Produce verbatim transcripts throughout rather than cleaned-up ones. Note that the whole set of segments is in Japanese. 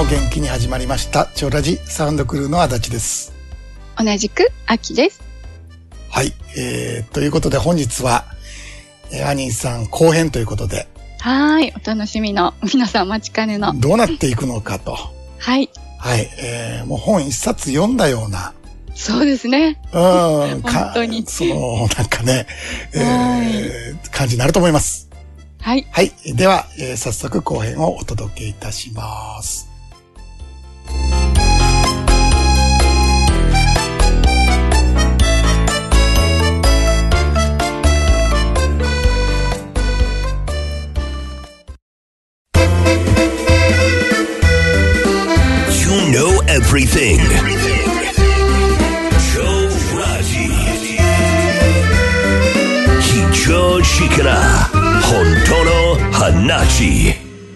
元気に始まりました超ラジサウンドクルーの足立です。 同じく秋です。 はい、えー、ということで本日は、えー、アニーさん後編ということで、 はい、お楽しみの皆さん待ちかねのどうなっていくのかとはいはい、えー、もう本一冊読んだような、 そうですね、 うん、 本当にそのなんかね、えー、感じになると思います。 はい、 はい、では、えー、早速後編をお届けいたします。 You know everything. Joe Raji. Hijo Shikara. Honto no Hanachi.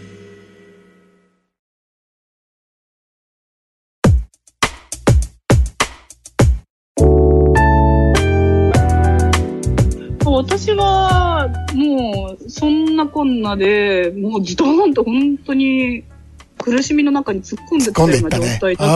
私はもうそんなこんなでもうズドーンと本当に苦しみの中に突っ込んでったような状態だった。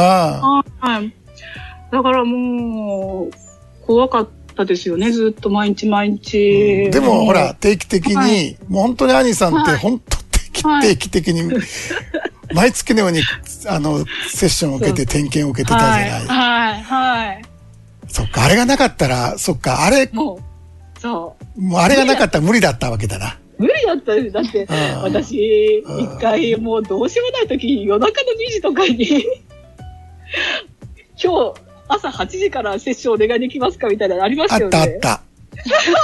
はい。だからもう怖かったですよね、ずっと毎日毎日。 うん、でもほら定期的に、はい、もう本当にアニさんって本当定期、はい、定期的に毎月のようにあのセッションを受けて点検を受けてたじゃない。 はいはいはい。 そっか、あれがなかったら、そっか、あれもうそう。 もうあれがなかったら無理だったわけだな。 無理だったです。だって、私、一回もうどうしようもない時、夜中のにじとかに、今日朝はちじからセッションお願いできますかみたいなのありましたよね。 あったあった。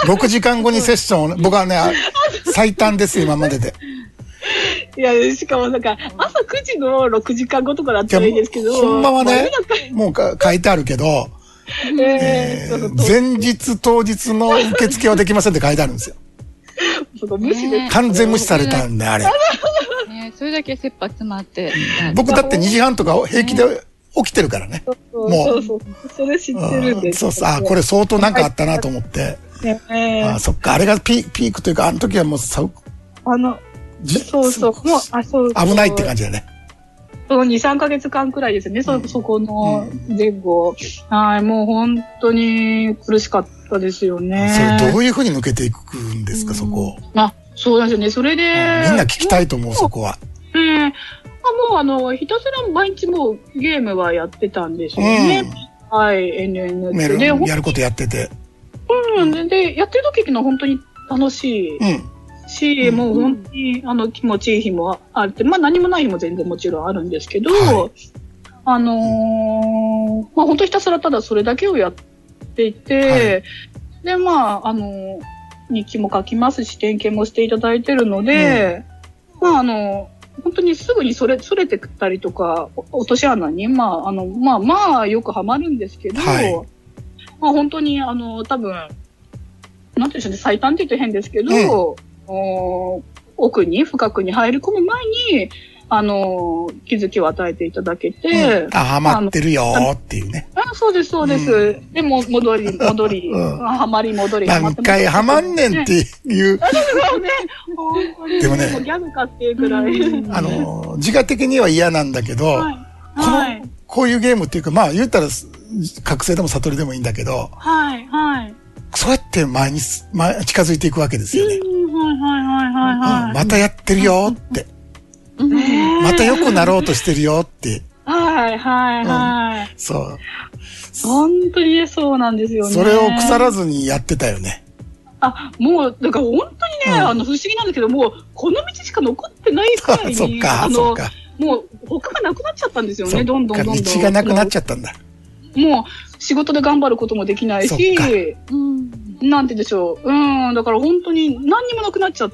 ろくじかんごにセッション、僕はね、最短です、今までで。 いや、しかもなんか、朝くじのろくじかんごとかだったらいいですけど。 ほんまはね、もうか書いてあるけど、えー、前日当日の受付はできませんって書いてあるんですよ。 無視で完全無視されたんで、あれ。 ね、それだけ切羽詰まって。 僕だってにじはんとか平気で起きてるからね。もう。 そうそう。それ知ってるんです。 そうそう。あ、これ相当なんかあったなと思って。あ、そっか。あれがピピークというか、あの時はもうさ、 あの、そうそう。もう、あ、そう。 危ないって感じだね。 そのに、さんかげつかんくらいですね。そ、そこの前後。はい。もう本当に苦しかったですよね。 それどういうふうに抜けていくんですか、そこ。 あ、そうなんですよね。それで。 みんな聞きたいと思う、そこは。 ええ。もうあの、ひたすら毎日もうゲームはやってたんですよね。はい。エヌエヌで。メールやることやってて。 うん。で、やってる時の本当に楽しい。うん。し、もう本当に、あの、気持ちいい日もあって、まあ何もない日も全然もちろんあるんですけど、はい、あのー、まあ本当ひたすらただそれだけをやっていて、はい、で、まあ、あのー、日記も書きますし、点検もしていただいてるので、うん、まああの、本当にすぐにそれ、それてくったりとか、落とし穴に、まあ、あの、まあまあよくはまるんですけど、はい、まあ本当に、あの、多分、なんていうんでしょうね、最短って言うと変ですけど、うん奥に深くに入り込む前にあの気づきを与えていただけて、 うん、あ、ハマってるよーっていうね。 あ、そうですそうです。うん、でも戻り戻り、うん、ハマり戻り。 何回ハマんねんっていう。 でもね、ギャグかっていうくらい。 あの自我的には嫌なんだけど、はいはい、このこういうゲームっていうか、まあ言ったら覚醒でも悟りでもいいんだけど、 はいはい。 そうやって前に前近づいていくわけですよね。 はいはいはいはいはい。 またやってるよって。また良くなろうとしてるよって。 はいはいはい。 そう。 本当にそうなんですよね。 それを腐らずにやってたよね。 あ、もう、だから本当にね、あの、不思議なんだけど、もう、この道しか残ってないくらいに、 そっか、そっか。 もう、他がなくなっちゃったんですよね、どんどんどんどん。 道がなくなっちゃったんだ。 もう、仕事で頑張ることもできないし、うん、なんてでしょう。うん、だから本当に何にもなくなっちゃって。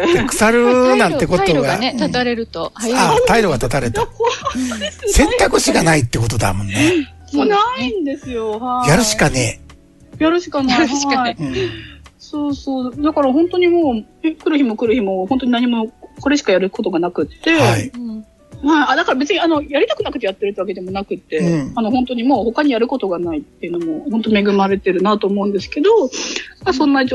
腐るなんてことが。 退路がね、立たれると。 あ、退路が立たれた。選択肢がないってことだもんね。 もうないんですよ。 やるしかねえ。やるしかない。やるしかない。そうそう。だから本当にもう、来る日も来る日も、本当に何もこれしかやることがなくって。はい。まあ、だから別にあのやりたくなくてやってるってわけでもなくて、うん、あの本当にもう他にやることがないっていうのも本当恵まれてるなと思うんですけど、まあ、そんな状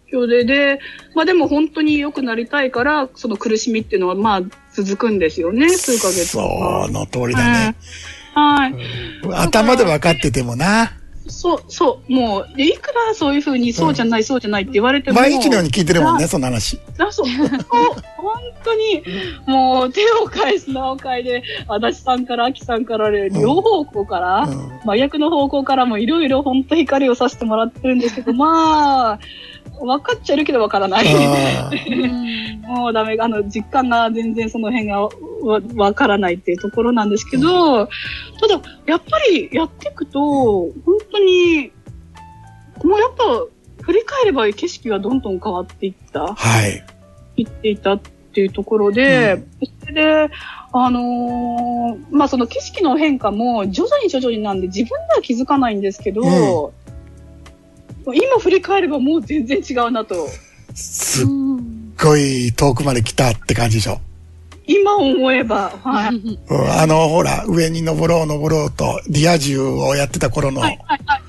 況で、で、まあでも本当に良くなりたいから、その苦しみっていうのはまあ続くんですよね、数ヶ月。 その通りだね。 うん、はい、 うん。頭で分かっててもな。 そう、そう、もう、いくらそういうふうに、そうじゃない、うん、そうじゃないって言われても。 毎日のように聞いてるもんね、その話。 あ、そう、本当に、もう、手を返すなお返で、足立さんから、秋さんから、両方向から、うん、麻薬の方向からもいろいろ本当光をさせてもらってるんですけど、まあ、分かっちゃいるけど分からない。もうダメ、あの、実感が全然その辺が分からないっていうところなんですけど、うん、ただ、やっぱりやっていくと、本当に、もうやっぱ、振り返れば景色がどんどん変わっていった。 はい。 いっていたっていうところで、うん、それで、あのー、まあその景色の変化も徐々に徐々になんで自分では気づかないんですけど、うん、今振り返ればもう全然違うなと。 すっごい遠くまで来たって感じでしょ。 今思えば、はい。 あの、ほら、上に登ろう登ろうと、リア充をやってた頃の、はいはいはい、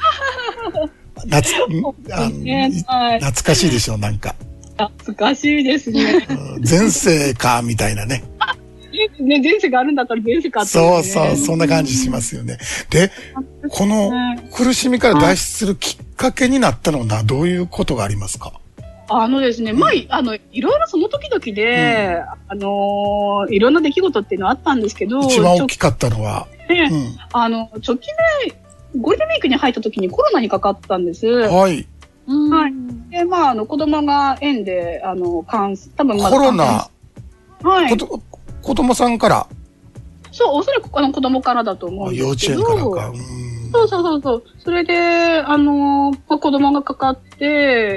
懐, あねはい、懐かしいでしょ、なんか。 懐かしいですね。 前世か、みたいなね。 ね、前世があるんだったら前世かって、 ね。そうそう、そんな感じしますよね。で、この苦しみから脱出するきっかけになったのはどういうことがありますか？ あのですね、うん、まあ、あの、いろいろその時々で、うん、あのー、いろんな出来事っていうのはあったんですけど。 一番大きかったのは。 ね、うん、あの、直近で、ゴールデンウィークに入った時にコロナにかかったんです。 はい。 はい。で、まあ、あの、子供が園で、あの、感染、多分まだ。 コロナ。 はい。 こど、子供さんから。 そう、おそらくあの子供からだと思うんですけど。 幼稚園からか。うん、 そうそうそうそう。それで、あの、まあ、子供がかかって、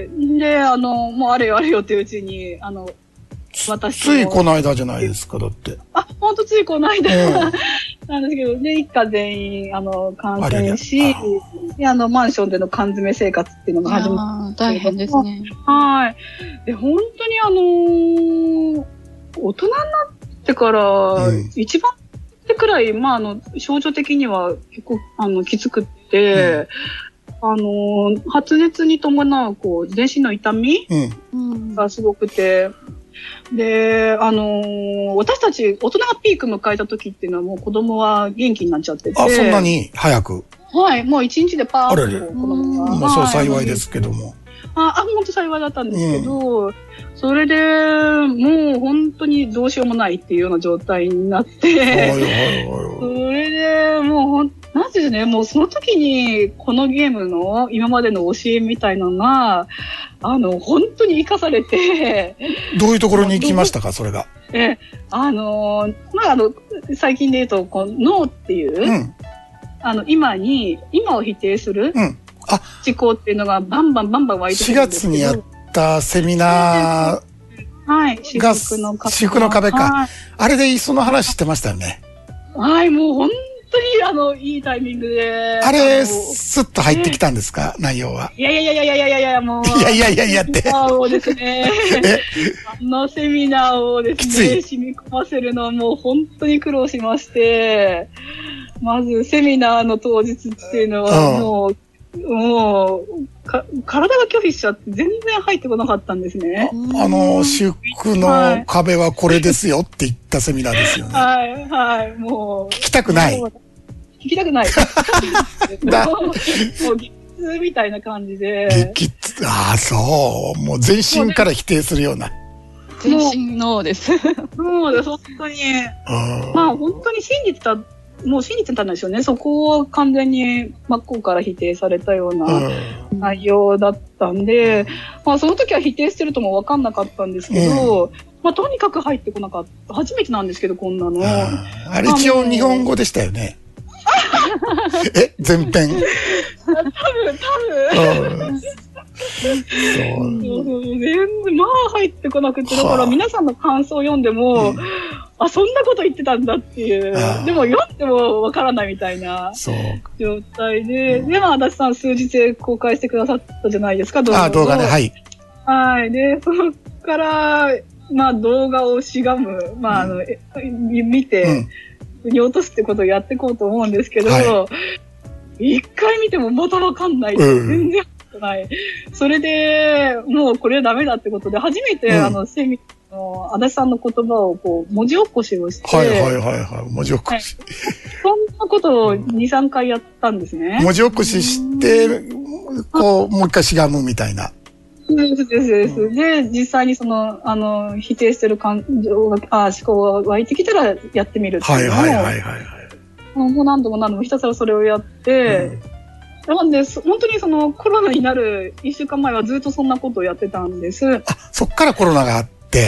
で、あの、もうあれよあれよっていううちに、あの、 私ついこの間じゃないですか、だって。 あ、ほんとついこの間、うん、なんですけど、で、一家全員、あの、感染し、で、あの、マンションでの缶詰生活っていうのが始まった。大変ですね。 はい。で、本当にあのー、大人になってから、うん、一番ってくらい、まあ、あの、症状的には結構、あの、きつくって、うん、あのー、発熱に伴う、こう、全身の痛み、うん、がすごくて、で、あのー、私たち、大人がピーク迎えた時っていうのはもう子供は元気になっちゃってて。 あ、そんなに早く？ はい、もう一日でパーッと子供が。 まあ、そう幸いですけども。 あ、あ、本当幸いだったんですけど、うん、それで、もう本当にどうしようもないっていうような状態になって、はいはいはい、それで、もうほん、なんていうね、もうその時にこのゲームの今までの教えみたいなのが、あの、本当に生かされて。 どういうところに行きましたか、それが。 え、あの、まあ、あの、最近で言うと、このノーっていう、うん、あの、今に、今を否定する、うん、あ、思考っていうのがバンバンバンバン湧いてくるんですけど。しがつにやったセミナー、 はい、私服の壁。私服の壁か。はい、あれでその話してましたよね。 はい、もう本当にあの、いいタイミングで。 あれ、スッと入ってきたんですか、内容は。 いやいやいやいやいやいやいや、もう。 いやいやいやいやって。 セミナーをですね。あのセミナーをですね、染み込ませるのはもう本当に苦労しまして、まずセミナーの当日っていうのはもう、うんもうか、体が拒否しちゃって全然入ってこなかったんですね。 あの、私服の壁はこれですよって言ったセミナーですよね。 はい、はい、もう。 聞きたくない。 聞きたくない。だもう、激痛みたいな感じで。 激痛、ああ、そう。もう全身から否定するような。 全身のです。 そうです、本当に。まあ、本当に真実だ。もう信じてたんですよね。そこを完全に真っ向から否定されたような内容だったんで、うん、まあその時は否定してるとも分かんなかったんですけど、うん、まあとにかく入ってこなかった。初めてなんですけど、こんなの。 あ, あれ一応日本語でしたよね。え全編。多分、 多分。そうそう全然、まあ入ってこなくて、だから皆さんの感想を読んでも、うんあ、そんなこと言ってたんだっていう。でも読んでもわからないみたいな状態で。で、まあ、足立さん数日で公開してくださったじゃないですか、 動画を。あ、動画で、はい。 はい。で、そこから、まあ、動画をしがむ。まあ、あの、うん、見て、振り落とすってことをやっていこうと思うんですけど、はい、一回見てもまたわかんない。うん、全然わはい。それで、もうこれはダメだってことで、初めて、うん、あの、セミの、足立さんの言葉を、こう、文字起こしをして。 はいはいはいはい。文字起こし。はい、 そんなことをに、さんかいやったんですね。 文字起こしして、こう、もう一回しがむみたいな。 ですですです。で、実際にその、あの、否定してる感情が、あ、思考が湧いてきたらやってみるっていうのを。はいはいはいはい。もう何度も何度もひたすらそれをやって、うん、なんで、本当にそのコロナになるいっしゅうかんまえはずっとそんなことをやってたんです。 あ、そっからコロナがあって。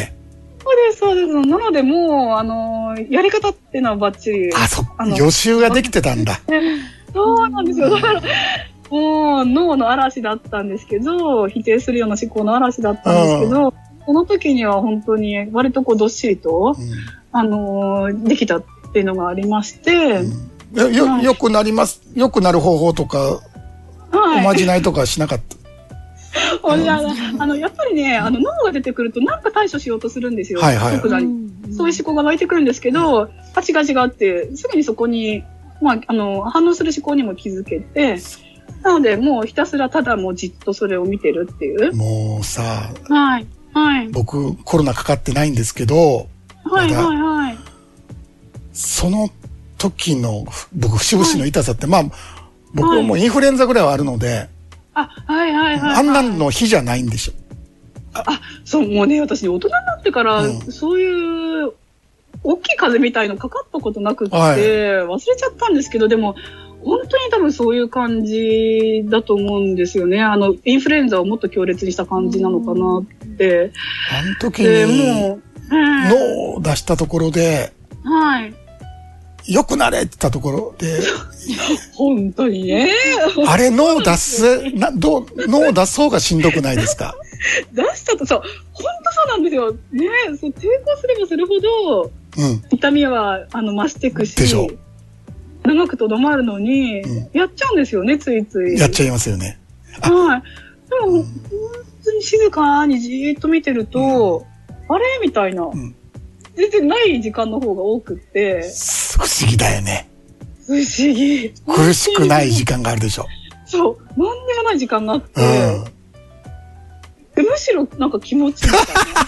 そうです、そうです。なのでもう、あの、やり方っていうのはバッチリ。 あ、そっか。予習ができてたんだ。 そうなんですよ。だからもう脳の嵐だったんですけど、否定するような思考の嵐だったんですけど、その時には本当に割とこうどっしりと、うん、あの、できたっていうのがありまして、 うん、よ、よ、よくなります。よくなる方法とか、はい、おまじないとかしなかった。 あの、やっぱりね、あの、脳が出てくるとなんか対処しようとするんですよ。はいはい。特に。そういう思考が湧いてくるんですけど、あ、違う違うって、すぐにそこに、まあ、あの、反応する思考にも気づけて、なので、もうひたすらただもうじっとそれを見てるっていう。 もうさ、 はい、はい。 僕、コロナかかってないんですけど、 はい、はい、はい。 その時の、僕、節々の痛さって、はい、まあ、僕はもうインフルエンザぐらいはあるので、 あ、はい、はい、はい。 あんなの日じゃないんでしょ。 あ、あそう、もうね、私、大人になってから、うん、そういう、大きい風邪みたいのかかったことなくって、はい、忘れちゃったんですけど、でも、本当に多分そういう感じだと思うんですよね。あの、インフルエンザをもっと強烈にした感じなのかなって。 あの時に、もう、脳を出したところで、 はい。 良くなれって言ったところで、 本当にね。 あれ、脳出す、な、どう、脳出す方がしんどくないですか？ 出したと、そう、本当そうなんですよ。ね、そう、抵抗すればするほど、うん、痛みは、あの、増していくし。でしょ。長くとどまるのに、うん、やっちゃうんですよね、ついつい。 やっちゃいますよね。 はい。でも、うん、本当に静かにじーっと見てると、うん、あれみたいな、うん。全然ない時間の方が多くって。 不思議だよね。 不思議。 苦しくない時間があるでしょ。 そう。なんでもない時間があって、うん、むしろなんか気持ちいいみたいな。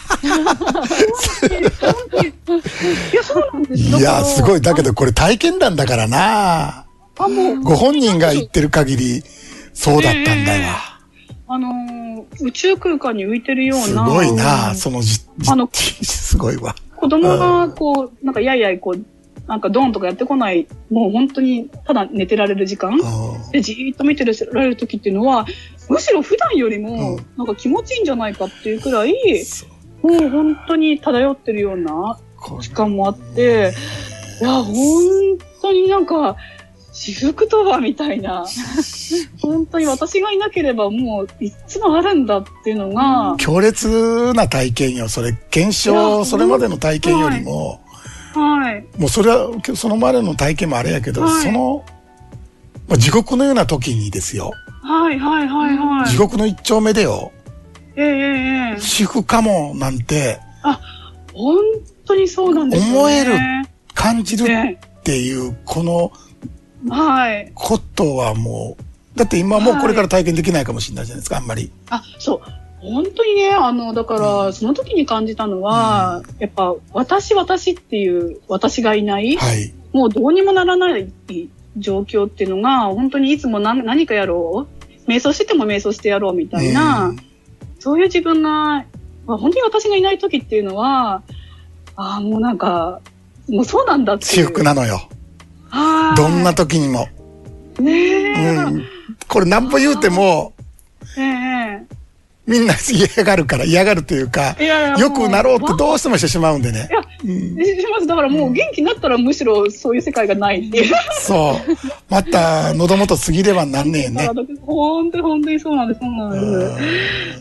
いや、そうなんですよ。 いや、すごい。だけどこれ体験談だからな。あ、もう。ご本人が言ってる限り、そうだったんだよ。えー、 あのー、宇宙空間に浮いてるような。すごいな、そのじ、あの、すごいわ。 子供が、こう、なんかやいやい、こう、なんかドンとかやってこない、もう本当にただ寝てられる時間でじーっと見てられる時っていうのは、むしろ普段よりも、なんか気持ちいいんじゃないかっていうくらい、うん、もう本当に漂ってるような時間もあって、いや、本当になんか、至福とはみたいな、本当に私がいなければもういつもあるんだっていうのが。 強烈な体験よ、それ。検証、それまでの体験よりも、 はい。 もうそれは、そのまでの体験もあれやけど、はい、その、まあ、地獄のような時にですよ。 はいはいはいはい。 地獄の一丁目でよ。 ええええ。 至福かもなんて。 あ、本当にそうなんですね。 思える、感じるっていう、この、 はい。 ことはもう、だって今もうこれから体験できないかもしれないじゃないですか、あんまり。 あ、そう。本当にね、あの、だから、うん、その時に感じたのは、うん、やっぱ、私、私っていう私がいない、はい、もうどうにもならない状況っていうのが、本当にいつも何何かやろう、瞑想してても瞑想してやろうみたいな、うん、そういう自分が、本当に私がいない時っていうのは、ああ、もうなんか、もうそうなんだっていう。 至福なのよ。 はい。 どんな時にも。 ねえ。 うん。これ何歩言うても、 ええ。 みんな嫌がるから、嫌がるというか、いやいやよくなろうってどうしてもしてしまうんでね。 いや、うん、します。だからもう元気になったらむしろそういう世界がないっていう。 そう。また、喉元過ぎればなんねえね。 本当に本当にそうなんです、そうなんです。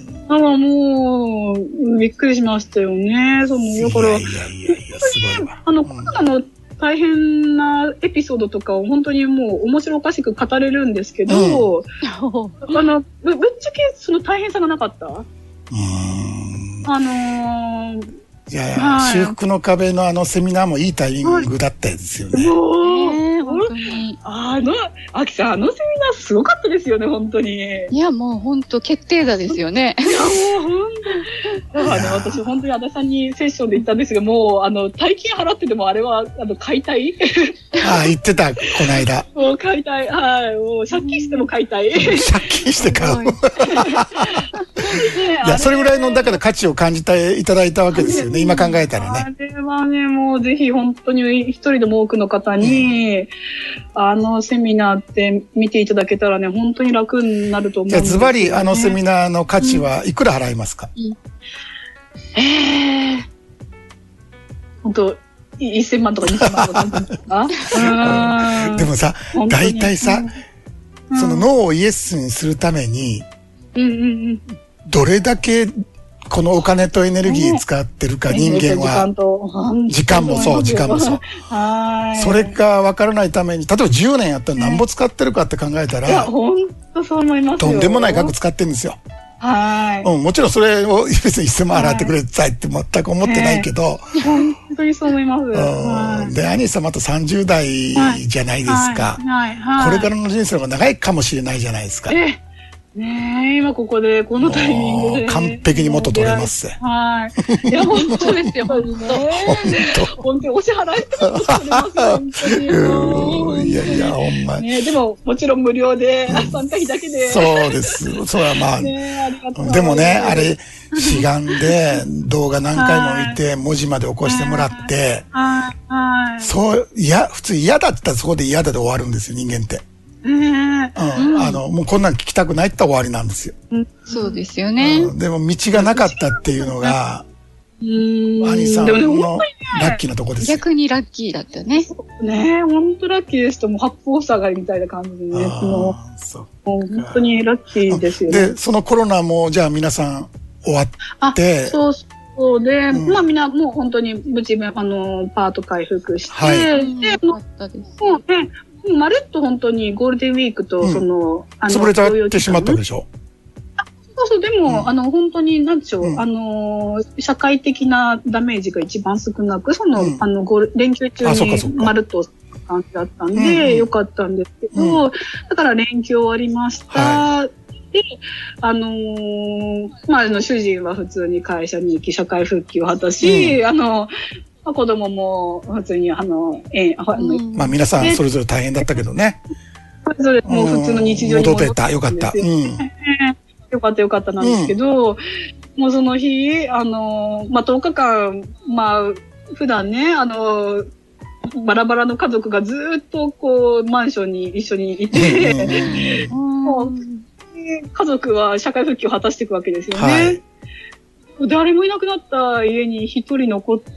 だからもう、びっくりしましたよね。その、だから、いやいやいやいや、すごいわ。あの、コロナの大変なエピソードとかを本当にもう面白おかしく語れるんですけど、うん、あの、ぶ、ぶっちゃけその大変さがなかった？うーん。あのー、 いやいや、はい、修復の壁のあのセミナーもいいタイミングだったですよね。 もう、本当に。 あの、アキさん、あのセミナーすごかったですよね、本当に。 いや、もう本当決定打ですよね。 いや、もう本当に。だからね、私本当に足立さんにセッションで言ったんですが、もう、あの、大金払ってでもあれは、あの、買いたい。 ああ、言ってた、この間。 もう買いたい。はい。もう借金しても買いたい。 借金して買う。いや、それぐらいの、だから価値を感じていただいたわけですよね、今考えたらね。 あれはね、もうぜひ本当に一人でも多くの方に、うん、あのセミナーって見ていただけたらね、本当に楽になると思うんですよね。 じゃあズバリあのセミナーの価値はいくら払いますか？ うんうん、えー、本当いっせんまんとかにせんまんとかですか？ でもさ、大体さ、うん、そのノーをイエスにするために、うんうんうん、どれだけこのお金とエネルギー使ってるか、人間は。時間もそう、時間もそう。それが分からないために、例えばじゅうねんやったら何ぼ使ってるかって考えたら、 いや、本当そう思いますよ。 とんでもない額使ってるんですよ。はい。うん、もちろんそれを別にせんまん払ってくれたいって全く思ってないけど。 本当にそう思います。 うん。で、アニーさんまたさんじゅうだいじゃないですか。はい。はい。これからの人生が長いかもしれないじゃないですか。 えねえ、今ここで、このタイミングで。 完璧に元取れます。 はい。いや、本当ですよ、本当。本当にお支払いしても取れます、本当に。 いやいや、ほんまに。 ねでも、もちろん無料で、参加費だけで。 そうです。それはまあ。でもね、あれ、志願で動画何回も見て、文字まで起こしてもらって、そう、いや、普通嫌だったらそこで嫌だで終わるんですよ、人間って。うん、あの、もうこんなん聞きたくないって終わりなんですよ。 うん、そうですよね、 うん。でも道がなかったっていうのが、アニさんのラッキーなとこですよ。 逆にラッキーだったね。 ねえ、本当ラッキーですと、もう八方下がりみたいな感じでね。もう、本当にラッキーですよね。 で、そのコロナも、じゃあ皆さん終わって。 そうそうで、うん、まあみんなもう本当に無事、あの、パート回復して、はい、で、もう、ね、まるっと本当にゴールデンウィークと、その、うん、 あの、潰れちゃってしまったでしょ？ あ、そうそう、でも、うん、あの、本当に、なんでしょう、うん、あの、社会的なダメージが一番少なく、その、うん、あの、ゴール、連休中にまるっと感じだったんで、よかったんですけど、うん、だから連休終わりました。はい、で、あのー、まあ、あの、主人は普通に会社に行き、社会復帰を果たし、うん、あの、まあ、子供も普通に、あの、えあの、うん、 まあ皆さんそれぞれ大変だったけどね。 それぞれもう普通の日常に戻ってた。よかった。うん。 よかったよかったなんですけど、うん、もうその日、あの、まあ、とおかかん、まあ、普段ね、あの、バラバラの家族がずっとこう、マンションに一緒にいて、もう家族は社会復帰を果たしていくわけですよね。はい、誰もいなくなった家に一人残って、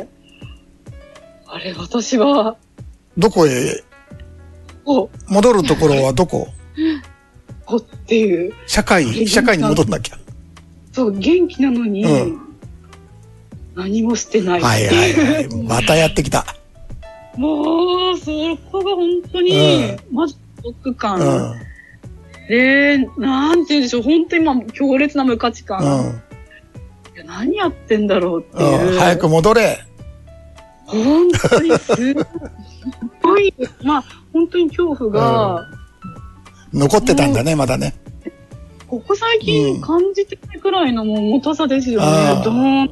うん、あれ、私は。 どこへ戻るところはどここっていう。 社会、社会に戻んなきゃ。 そう、元気なのに、うん、何もしてない。 はいはいはい。またやってきた。 もう、そこが本当に、うん、まず、ショック感。うん、で、なんて言うんでしょう、本当にまあ、強烈な無価値観。うん何やってんだろうっていう。 早く戻れ。 本当にすごい、まあ、本当に恐怖が、 うん、残ってたんだね、まだね。 ここ最近感じてないくらいのもう重たさですよね。ドーンって。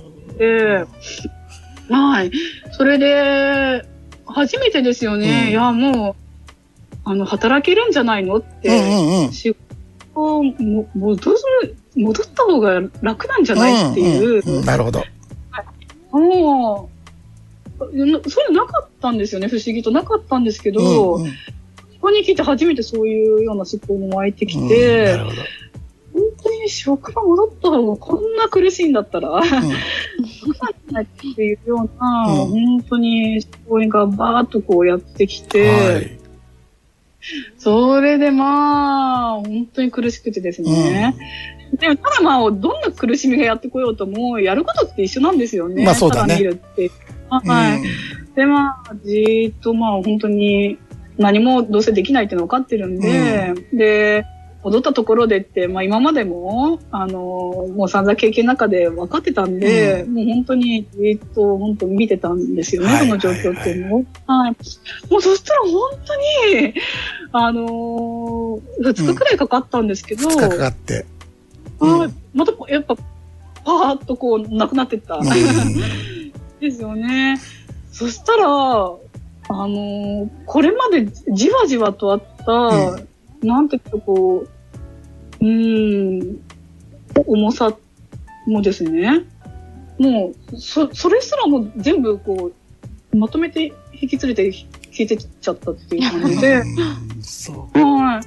はい。それで、初めてですよね。うん、いや、もう、あの、働けるんじゃないのって。うんうんうん、仕事をも戻る、戻った方が楽なんじゃないっていう。 うんうんうん、なるほど。 もう、それなかったんですよね。不思議となかったんですけど、うんうん、ここに来て初めてそういうような思考も湧いてきて、うん、なるほど。本当に職場戻った方がこんな苦しいんだったら、うん、楽なんじゃないっていうような、うん、本当に思考がバーッとこうやってきて、はい、それでまあ、本当に苦しくてですね。うん、でも、ただまあ、どんな苦しみがやってこようとも、やることって一緒なんですよね。 まあそうだね。 ただ見るって。はい。うん、で、まあ、じーっとまあ、本当に何もどうせできないっていうの分かってるんで、うん、で、戻ったところでって、まあ今までも、あの、もう散々経験の中で分かってたんで、うん、もう本当にじっと本当見てたんですよね、はい、その状況っていうのを。はい。もうそしたら本当に、あのー、ふつかくらいかかったんですけど、 ふつかかかって。 うん、また、やっぱ、パーッとこう、なくなってった。うん、ですよね。そしたら、あのー、これまでじわじわとあった、うん、なんていうかこう、うーん、重さもですね、もう、そ、それすらも全部こう、まとめて引き連れて引いてっちゃったっていう感じで。 そうか。 はい。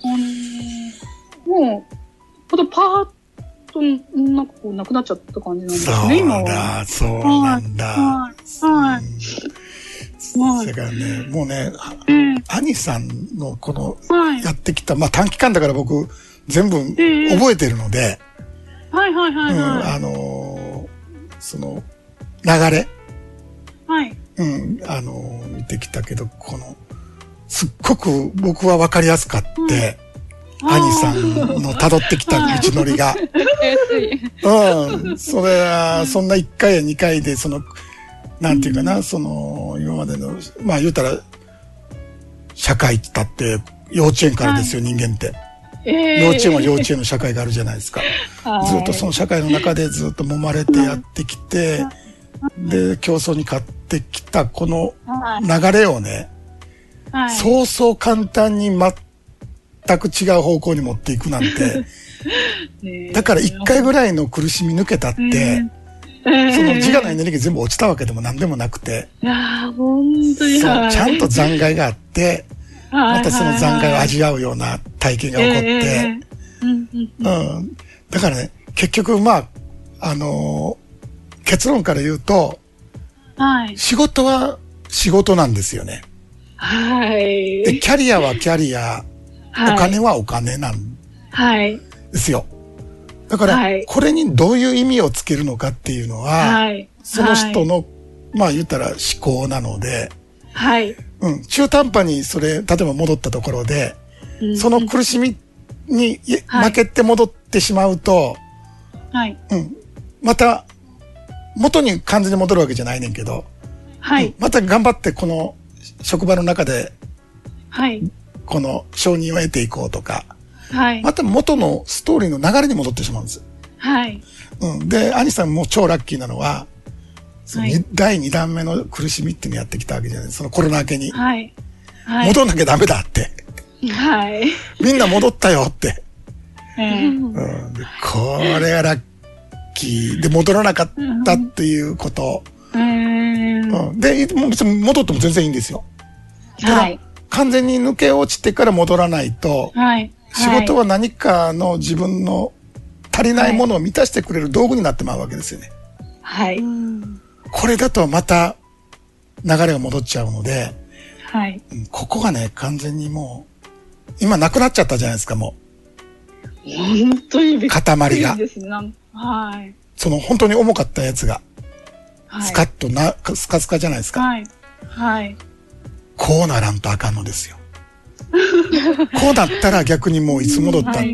うん、もう、ほんとパーッと、なんかこう、なくなっちゃった感じなんですね、今は。 そうだ、そうなんだ。はい。はい。それからね、もうね、うん、兄さんのこの、やってきた、まあ短期間だから僕、全部覚えてるので、 はいはいはいはい。うん、 あのー、その、流れ。 はい。 うん、あのー、見てきたけど、この、すっごく僕は分かりやすかって、うん、兄さんの辿ってきた道のりが。うん、それは、そんないっかいやにかいで、その、なんていうかな、うん、その、今までの、まあ言うたら、社会って言ったって、幼稚園からですよ、はい、人間って。えー、幼稚園は幼稚園の社会があるじゃないですか。ずっとその社会の中でずっと揉まれてやってきて、で、競争に勝ってきたこの流れをね、はい、そうそう簡単に全く違う方向に持っていくなんて、だから一回ぐらいの苦しみ抜けたって、その自我のエネルギー全部落ちたわけでも何でもなくて、 いや本当にそう、ちゃんと残骸があって、またその残骸を味わうような体験が起こって、うん。だからね、結局、まあ、あのー、結論から言うと、はい、仕事は仕事なんですよね。 はい。 で、キャリアはキャリア、はい、お金はお金なんですよ。だから、はい、これにどういう意味をつけるのかっていうのは、はい、その人の、はい、まあ言ったら思考なので、 はい。 うん、中途半端にそれ、例えば戻ったところで、うん、その苦しみに負けて戻ってしまうと、 はい。 うん。また、元に完全に戻るわけじゃないねんけど、 はい。うん、 また頑張ってこの職場の中で、 はい。 この承認を得ていこうとか、 はい。 また元のストーリーの流れに戻ってしまうんです。 はい。 うん。で、兄さんも超ラッキーなのは、そのはい、だいにだんめの苦しみっていうのをやってきたわけじゃない。そのコロナ明けに。 はい。はい、 戻んなきゃダメだって。 はい。 みんな戻ったよって。 うん、 うん、でこれがラッキーで戻らなかったっていうこと。 うん、 うん、で、別に戻っても全然いいんですよ。 はい。 完全に抜け落ちてから戻らないと、 はい。 仕事は何かの自分の足りないものを満たしてくれる道具になってまうわけですよね。 はい。 これだとまた流れが戻っちゃうので、 はい。 ここがね、完全にもう、今なくなっちゃったじゃないですか、もう。本当にびっくりが。 ですね。はい。 その本当に重かったやつが、 はい、 スカッとな、スカスカじゃないですか。 はい。はい。 こうならんとあかんのですよ。こうなったら逆にもういつ戻ったって、はい、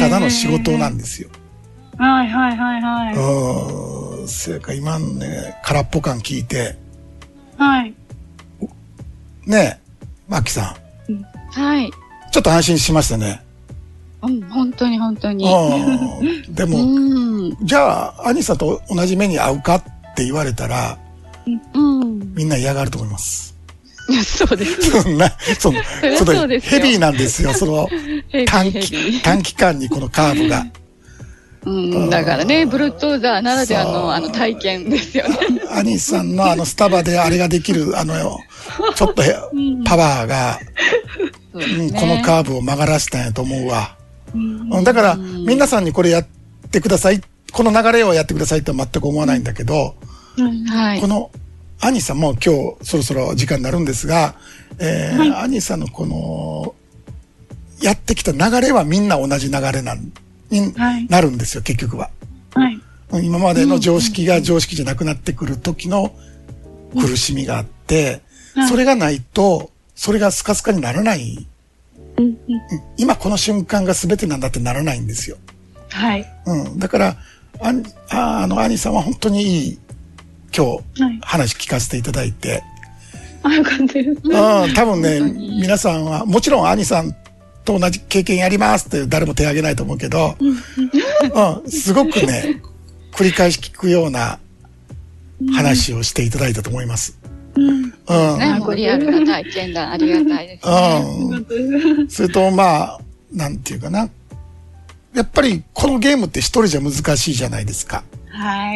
ただの仕事なんですよ。 えー、はいはいはいはい。 うん。それか今のね、空っぽ感聞いて。 はい。 ねえ、マッキさん。はい。 ちょっと安心しましたね。 うん、本当に本当に。 でも、うん、じゃあ、アニさんと同じ目に合うかって言われたら、 うん、 みんな嫌がると思います。 そうです。 そんな、その、そのヘビーなんですよ、その、短期、短期間にこのカーブが。 うん、だからね、ブルトーザーならではの、あの、体験ですよね。 アニさんのあの、スタバであれができる、あの、ちょっとパワーが、うん、このカーブを曲がらしたんやと思うわ。うん、だから、皆さんにこれやってください、この流れをやってくださいとは全く思わないんだけど、 うんはい、 この、アニさんも今日そろそろ時間になるんですが、えーはい、アニさんのこの、やってきた流れはみんな同じ流れなんになるんですよ、はい、結局は、 はい。 今までの常識が常識じゃなくなってくる時の苦しみがあって、うん、それがないと、それがスカスカにならない。 うんうん、 今この瞬間が全てなんだってならないんですよ。 はい。 うん。だから、あ, あ, あの、アニさんは本当にいい、今日、話聞かせていただいて、 あ、よかったです。 うん、多分ね、皆さんは、もちろん兄さんと同じ経験やりますって誰も手挙げないと思うけど、うん、すごくね、繰り返し聞くような話をしていただいたと思います。うん。ね、 もうリアルな体験談ありがたいですね。 うん。それと、まあ、なんていうかな。やっぱりこのゲームって一人じゃ難しいじゃないですか。 はい。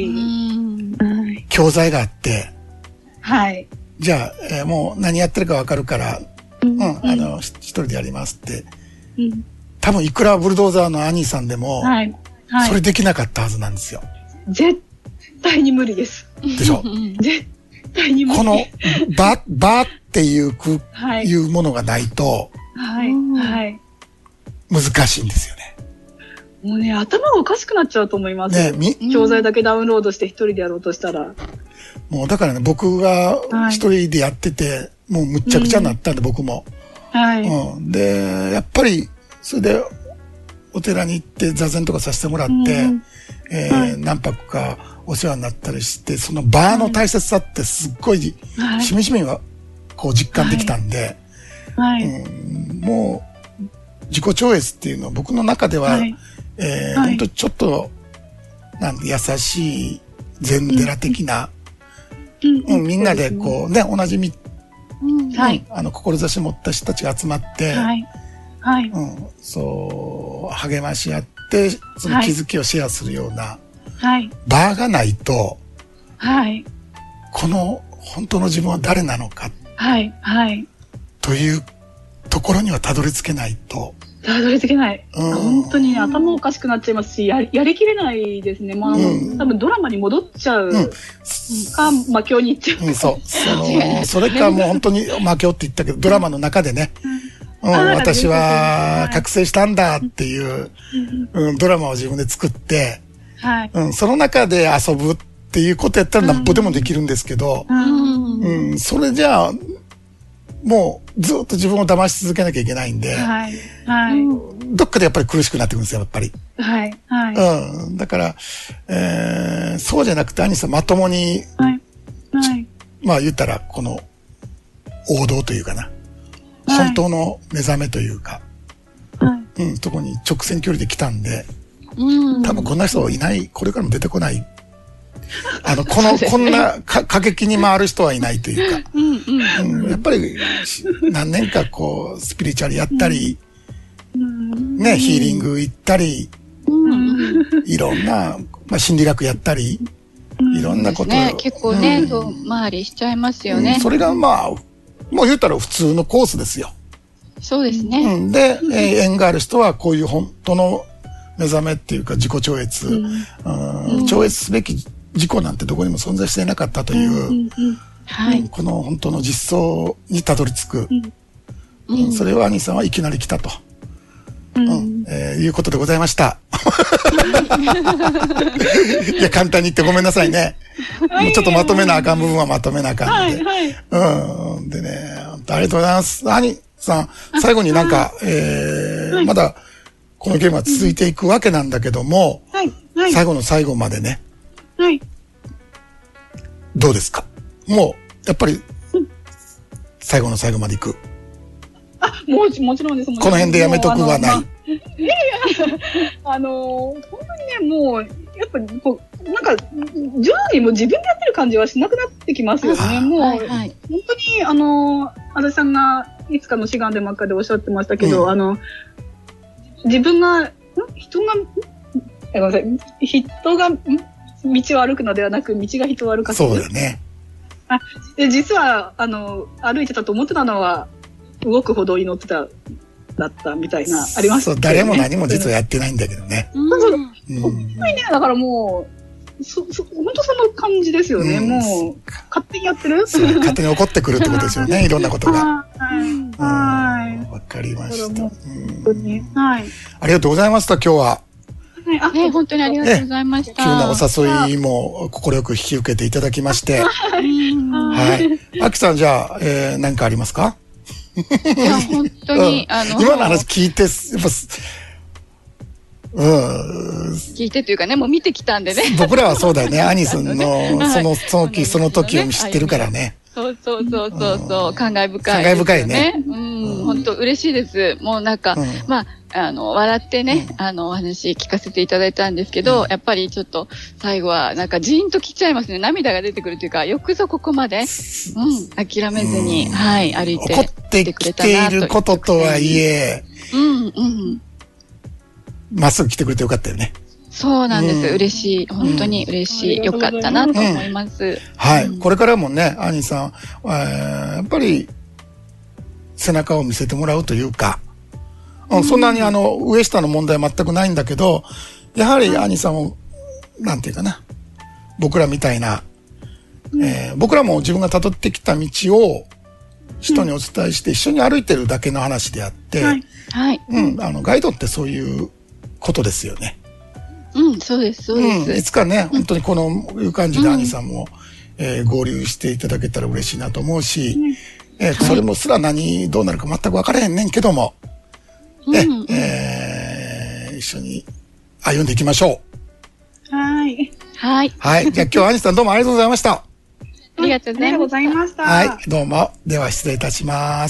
教材があって。 はい。 じゃあ、えー、もう何やってるかわかるから、うん、うん、あの、一人でやりますって。うん、多分いくらブルドーザーの兄さんでも、はいはい、それできなかったはずなんですよ。 絶対に無理です。 でしょ絶対に無理。 この、ば、ばっていうく、はい、いうものがないと、 はい、はい。 難しいんですよね。 もうね、頭がおかしくなっちゃうと思います。ね、み、教材だけダウンロードして一人でやろうとしたら。 もうだからね、僕が一人でやってて、はい、もうむっちゃくちゃになったんで、うん、僕も。 はい、 うん。で、やっぱり、それで、お寺に行って座禅とかさせてもらって、うん、えーはい、何泊かお世話になったりして、その場の大切さってすっごい、はい、しみじみは、こう実感できたんで、 はいはい、 うん、もう、自己超越っていうのは僕の中では、はい、えーはい、本当ちょっと、なんで優しい禅寺的な、うんうん、みんなでこうね、同じみ、うんはい、あの、志持った人たちが集まって、はいはい、うん、そう、励まし合って、その気づきをシェアするような、はい、場がないと、はい、この本当の自分は誰なのか、はいはい、というところにはたどり着けないと。 たどり着けない。うん、本当に、ね、頭おかしくなっちゃいますし、やり、やりきれないですね。まあ、うん、多分ドラマに戻っちゃうか、うん、魔境に行っちゃうか。 うん、そう。その、それかもう本当に魔境って言ったけど、ドラマの中でね、うん、うん、私は覚醒したんだっていう、うん、ドラマを自分で作って、はい、うん、その中で遊ぶっていうことやったらなんぼでもできるんですけど、うん、うん、それじゃあ、もうずっと自分を騙し続けなきゃいけないんで、はいはい、どっかでやっぱり苦しくなってくるんですよ、やっぱり。 はいはいうん、だから、えー、そうじゃなくて兄さんまともに、はいはい、まあ言ったらこの王道というかな、はい、本当の目覚めというか、はい、うん、とこに直線距離で来たんで、うん、多分こんな人いない、これからも出てこない。あの、この、ね、こんなか過激に回る人はいないというか、うんうんうん、やっぱり何年かこう、スピリチュアルやったり、うん、ね、ヒーリング行ったり、うん、いろんな、まあ、心理学やったり、うん、いろんなことを、 ね、結構ね、遠、うん、回りしちゃいますよね、 うん。それがまあ、もう言ったら普通のコースですよ。 そうですね。 うん、で、えー、縁がある人はこういう本当の目覚めっていうか自己超越、うんうん、超越すべき自己なんてどこにも存在していなかったという、うんうんうんはい、この本当の実相にたどり着く、うんうん、それを兄さんはいきなり来たと、うんうんえー、いうことでございました。いや簡単に言ってごめんなさいね。もうちょっとまとめなあかん部分はまとめなあかんので、はいはいうん、でねありがとうございます。兄さん最後になんか、えーはい、まだこのゲームは続いていくわけなんだけども、はいはい、最後の最後までねはい。どうですか？もう、やっぱり、最後の最後まで行く。 あ、もう、もちろんです。 この辺でやめとくはない。 いやいや、あの、本当にね、もう、やっぱこう、なんか、徐々にもう自分でやってる感じはしなくなってきますよね。もう、はいはい、本当に、あの、足立さんが、いつかの志願で真っ赤でおっしゃってましたけど、うん、あの、自分が、人が、ごめんなさい、人が、道を歩くのではなく道が人を歩かせる。 そうだね。 あ、で実はあの歩いてたと思ってたのは動く歩道に乗ってただったみたいなあります、ね。そう誰も何も実はやってないんだけどね。 うん、そうそう。本当にねだからもうそそ本当その感じですよね。うん、もう勝手にやってる。 勝手に起こってくるってことですよね。いろんなことが。 はい。はい。 わかりました。本当にはい。 ありがとうございました今日は。 あ、ね、本当にありがとうございました。 急なお誘いも快く引き受けていただきまして。はい。あきさんじゃあ、えー、何かありますか？ いや、本当に、うん、あの、 今の話聞いて、やっぱ、 うん。聞いてというかね、もう見てきたんでね。 僕らはそうだよね。アニスの、その、その時、その時を知ってるからね。 そうそうそうそうそう、感慨深いですよね。 感慨深いね。 うん、本当嬉しいです。もうなんか、まあ、あの、笑ってね、あの、お話聞かせていただいたんですけど、やっぱりちょっと、最後は、なんか、ジーンときちゃいますね。涙が出てくるというか、よくぞここまで、うん、諦めずに、はい、歩いて怒ってきていることとはいえ、 うん、うん。 まっすぐ来てくれてよかったよね。 そうなんです。嬉しい。本当に嬉しい。よかったなと思います。 はい。これからもね、兄さん、えー、やっぱり、背中を見せてもらうというか、うん、そんなにあの、上下の問題は全くないんだけど、やはり兄さんを、なんていうかな、僕らみたいな、えー、僕らも自分が辿ってきた道を人にお伝えして一緒に歩いてるだけの話であって、 はい。はい。 うん、あの、ガイドってそういうことですよね。 うん、そうです、そうです。 うん、いつかね、本当にこのいう感じで兄さんも、うん、えー、合流していただけたら嬉しいなと思うし、うん、えーはい、それもすら何、どうなるか全く分からへんねんけども、うん、えー、一緒に歩んでいきましょう。はい。 はい。 はい。じゃあ今日兄さんどうもありがとうございました。 ありがとうございました。 はい、どうも。では失礼いたします。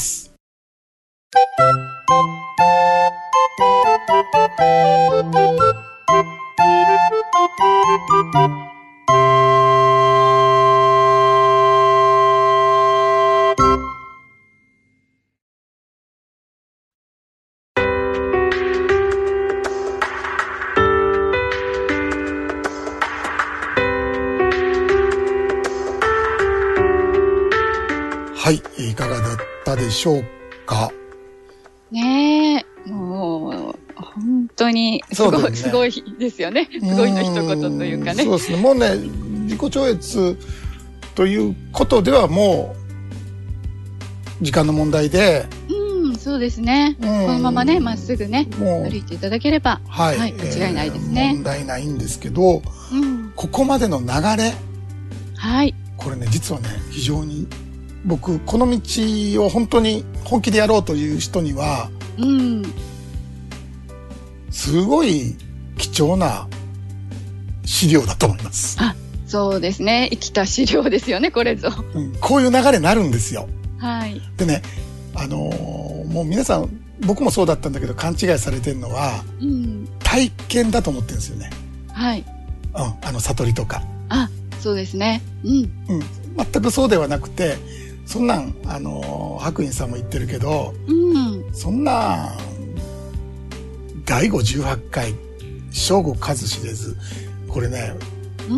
はい、いかがだったでしょうか。 ねえ、もう、本当にすごい、ね、すごいですよね。すごいの一言というかね。 そうですね。もうね、自己超越ということではもう、時間の問題で。 うん、そうですね。このままね、まっすぐね、歩いていただければ、はい、はい、間違いないですね、 えー。問題ないんですけど、うん、ここまでの流れ。 はい。 これね、実はね、非常に、僕、この道を本当に本気でやろうという人には、うん、すごい貴重な資料だと思います。 あ、そうですね。生きた資料ですよね、これぞ。 うん、こういう流れになるんですよ。 はい。 でね、あのー、もう皆さん、僕もそうだったんだけど勘違いされてるのは、うん、体験だと思ってるんですよね。 はい。 うん、あの、悟りとか。 あ、そうですね。うん。うん。 全くそうではなくて、そんなん、あのー、白隠さんも言ってるけど、うん、そんな、第五十八回、正午数知れず、これね、うん、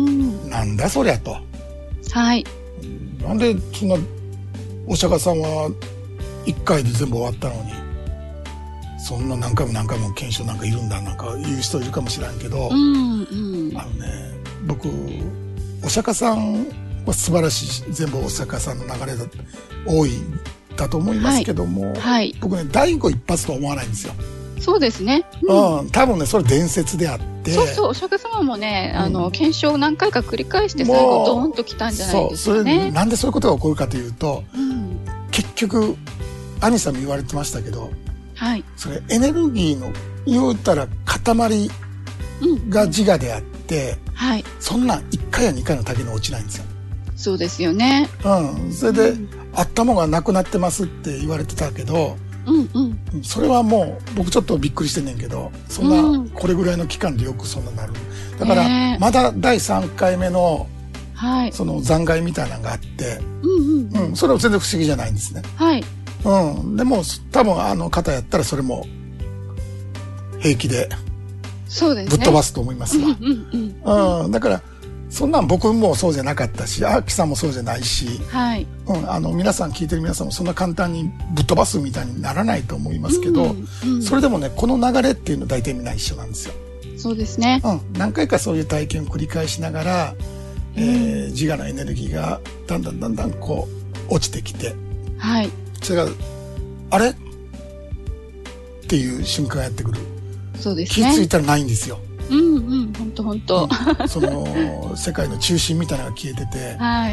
なんだそりゃと。 はい。 なんで、そんな、お釈迦さんは一回で全部終わったのに、そんな何回も何回も検証なんかいるんだなんか言う人いるかもしれんけど、うんうん、あのね、僕、お釈迦さん、素晴らしい全部お釈迦さんの流れだ多いだと思いますけども、はいはい、僕ね第五一発とは思わないんですよ。 そうですね、 うんうん、多分ねそれ伝説であって、 そうそうお釈迦様もね、うん、あの検証を何回か繰り返して最後ドーンときたんじゃないですかね。そうそれなんでそういうことが起こるかというと、うん、結局兄さんも言われてましたけど、はい、それエネルギーの言うたら塊が自我であって、うんはい、そんなんいっかいやにかいの竹に落ちないんですよ。 そうですよね。 うん。それで、うん、あったものがなくなってますって言われてたけど、うんうん。それはもう、僕ちょっとびっくりしてんねんけど、そんな、うん、これぐらいの期間でよくそんななる。だから、えー、まだだいさんかいめの、はい。その残骸みたいなのがあって、うんうん。うん。それは全然不思議じゃないんですね。はい。うん。でも、多分あの方やったらそれも、平気で、 そうですね。 ぶっ飛ばすと思いますわ。うんうんうん。うん。だから、そんなん僕もそうじゃなかったし、アキさんもそうじゃないし、はい。うん、あの、皆さん聞いてる皆さんもそんな簡単にぶっ飛ばすみたいにならないと思いますけど、うんうん、それでもね、この流れっていうのは大体みんな一緒なんですよ。 そうですね。 うん。何回かそういう体験を繰り返しながら、うん、えー、自我のエネルギーがだんだんだんだんこう、落ちてきて、はい。それが、あれっていう瞬間がやってくる。 そうですね。 気づいたらないんですよ。 うんうん、本当本当。 その世界の中心みたいなのが消えてて、はい。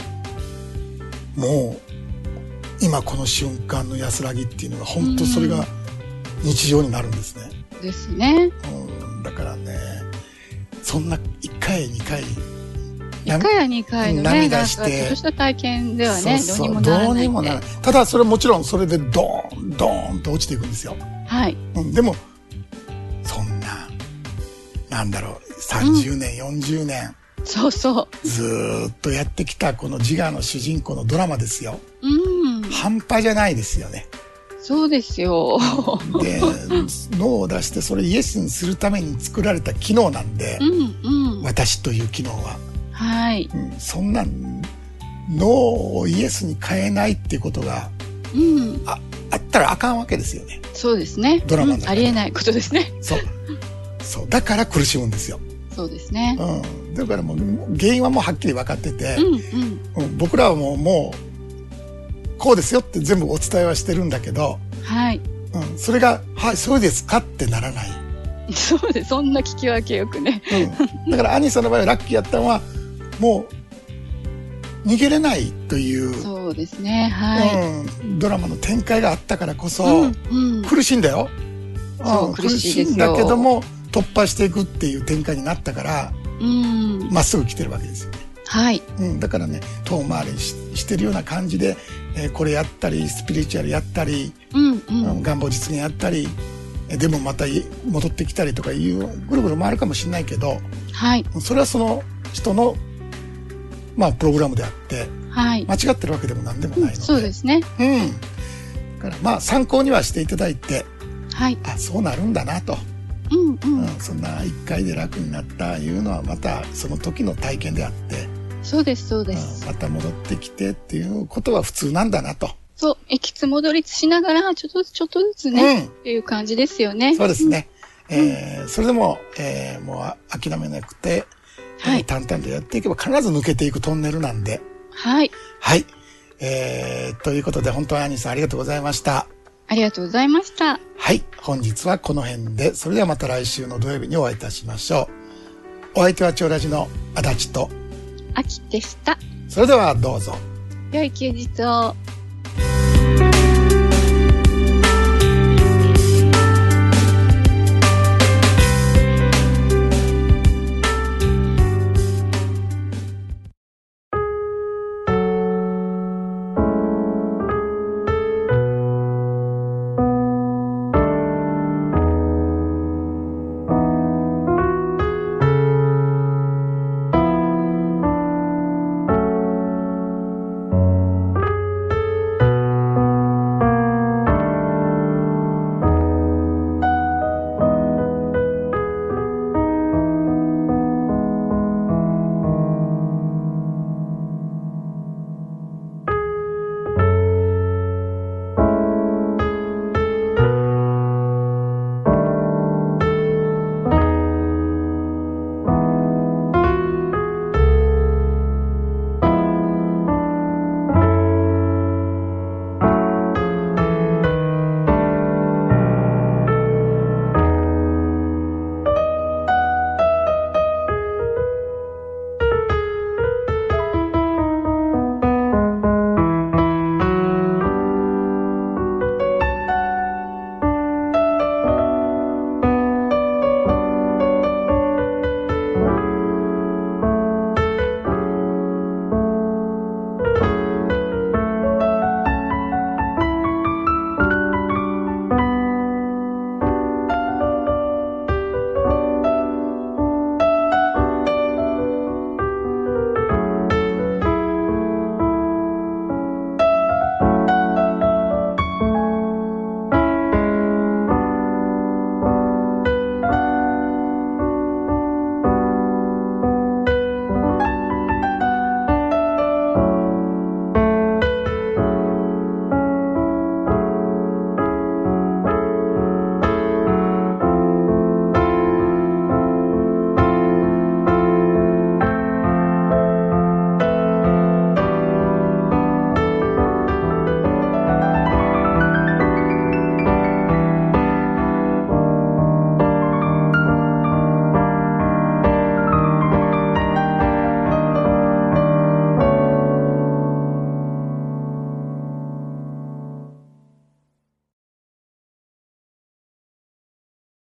もう今この瞬間の安らぎっていうのが本当それが日常になるんですね。 ですね。 うん、だからね、そんないっかいにかいいっかいやにかいのね、 涙して。 ちょっとした体験ではね、 そうそうどうにもならない。 どうにもならない。ただ、それもちろんそれでドーン、ドーンと落ちていくんですよ。 はい。 うん、でも、そんな、なんだろう、さんじゅうねん、うん、よんじゅうねん。 そうそう。 ずーっとやってきたこの自我の主人公のドラマですよ。 うん。 半端じゃないですよね。 そうですよ。 で、脳を出してそれイエスにするために作られた機能なんで、 うんうん、 私という機能は。 はい、 うん。そんな脳をイエスに変えないっていうことが、 うん、 あ、あったらあかんわけですよね。 そうですね。 ドラマの中で、 うん、ありえないことですね。 そう。そう。だから苦しむんですよ。 そうですね。 うん。だからもう原因はもうはっきり分かってて、 うんうんうん、僕らはもう、もう、こうですよって全部お伝えはしてるんだけど、 はい。 うん、それが、はい、そうですかってならない。 そうです。そんな聞き分けよくね。 うん。だから、兄さんの場合はラッキーやったのは、もう、逃げれないという。 そうですね。はい。 うん。ドラマの展開があったからこそ、うんうん、苦しいんだよ。 そう、苦しいですよ。 苦しいんだけども、突破していくっていう展開になったから、 うん。 まっすぐ来てるわけですよね。 はい。 うん。だからね、遠回り し, してるような感じで、えー、これやったり、スピリチュアルやったり、 うんうん、 願望実現やったり、でもまた戻ってきたりとかいう、ぐるぐる回るかもしれないけど、 はい。 それはその人の、まあ、プログラムであって、 はい。 間違ってるわけでも何でもないので。うん、 そうですね。 うん。だからまあ、参考にはしていただいて、 はい。 あ、そうなるんだなと。 うんうん。うん、 そんな一回で楽になったいうのはまたその時の体験であって、 そうです、そうです、 うん。また戻ってきてっていうことは普通なんだなと。 そう、行きつ戻りつしながら、ちょっとずつ、ちょっとずつね、うん、っていう感じですよね。 そうですね。うん、えー、それでも、えー、もう諦めなくて、はい、えー、淡々とやっていけば必ず抜けていくトンネルなんで。 はい。 はい。えー、ということで、本当にアニさんありがとうございました。 ありがとうございました。 はい。本日はこの辺で、それではまた来週の土曜日にお会いいたしましょう。お相手は超ラジの足立と、 あきでした。 それではどうぞ。 良い休日を。